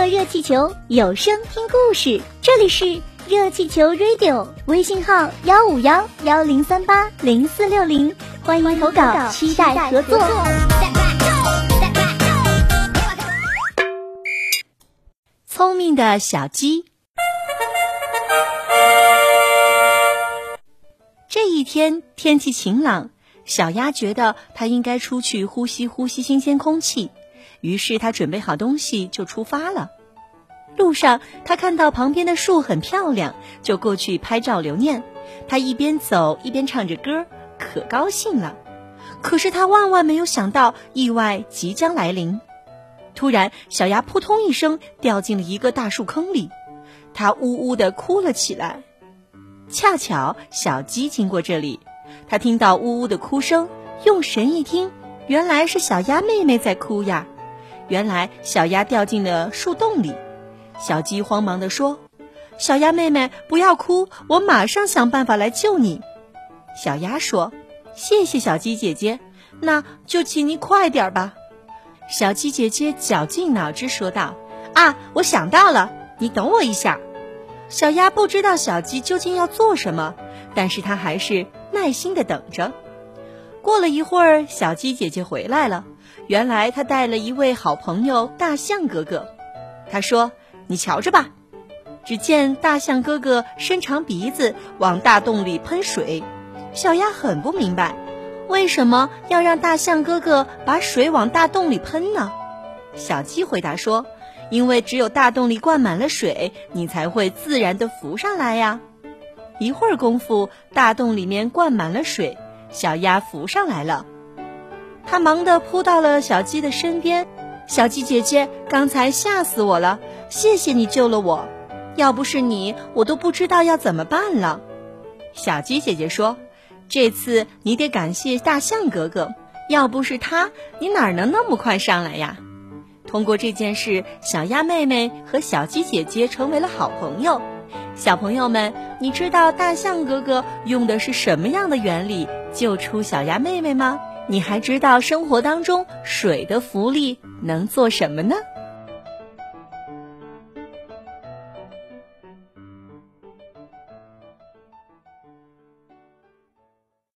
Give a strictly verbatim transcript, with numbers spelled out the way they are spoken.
个热气球，有声听故事。这里是热气球 Radio， 微信号幺五幺幺零三八零四六零，欢迎投稿，期待合作。 聪明的小鸡。这一天天气晴朗，小鸭觉得它应该出去呼吸呼吸新鲜空气，于是它准备好东西就出发了。路上它看到旁边的树很漂亮，就过去拍照留念。它一边走一边唱着歌，可高兴了。可是它万万没有想到意外即将来临。突然小鸭扑通一声掉进了一个大树坑里，它呜呜地哭了起来。恰巧小鸡经过这里，它听到呜呜的哭声，用神一听，原来是小鸭妹妹在哭呀。原来小鸭掉进了树洞里。小鸡慌忙地说，小鸭妹妹不要哭，我马上想办法来救你。小鸭说，谢谢小鸡姐姐，那就请你快点吧。小鸡姐姐绞尽脑汁说道，啊，我想到了，你等我一下。小鸭不知道小鸡究竟要做什么，但是它还是耐心地等着。过了一会儿，小鸡姐姐回来了，原来她带了一位好朋友大象哥哥。她说，你瞧着吧。只见大象哥哥伸长鼻子往大洞里喷水，小鸭很不明白，为什么要让大象哥哥把水往大洞里喷呢？小鸡回答说，因为只有大洞里灌满了水，你才会自然地浮上来呀。一会儿功夫，大洞里面灌满了水，小鸭浮上来了。它忙地扑到了小鸡的身边，小鸡姐姐，刚才吓死我了，谢谢你救了我，要不是你，我都不知道要怎么办了。小鸡姐姐说，这次你得感谢大象哥哥，要不是他，你哪能那么快上来呀？通过这件事，小鸭妹妹和小鸡姐姐成为了好朋友。小朋友们，你知道大象哥哥用的是什么样的原理救出小鸭妹妹吗？你还知道生活当中水的浮力能做什么呢？